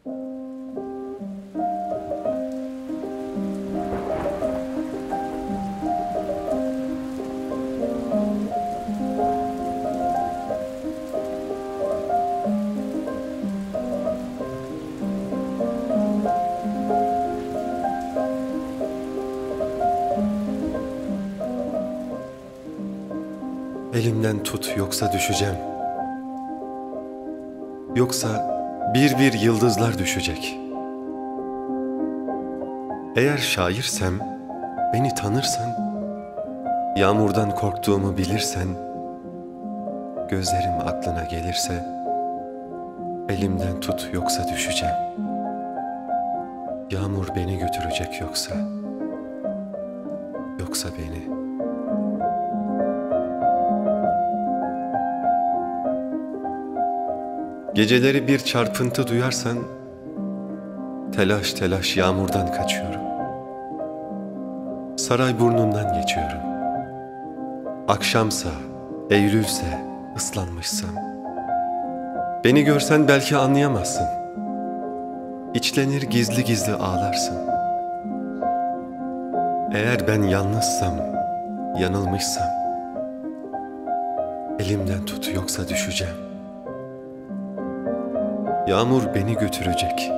Elimden tut, yoksa düşeceğim. Yoksa bir bir yıldızlar düşecek. Eğer şairsem, beni tanırsan, yağmurdan korktuğumu bilirsen, gözlerim aklına gelirse, elimden tut, yoksa düşeceğim. Yağmur beni götürecek yoksa beni. Geceleri bir çarpıntı duyarsan, telaş telaş yağmurdan kaçıyorum. Sarayburnundan geçiyorum. Akşamsa, Eylülse, ıslanmışsam, beni görsen belki anlayamazsın. İçlenir gizli gizli ağlarsın. Eğer ben yalnızsam, yanılmışsam, elimden tut, yoksa düşeceğim. Yağmur beni götürecek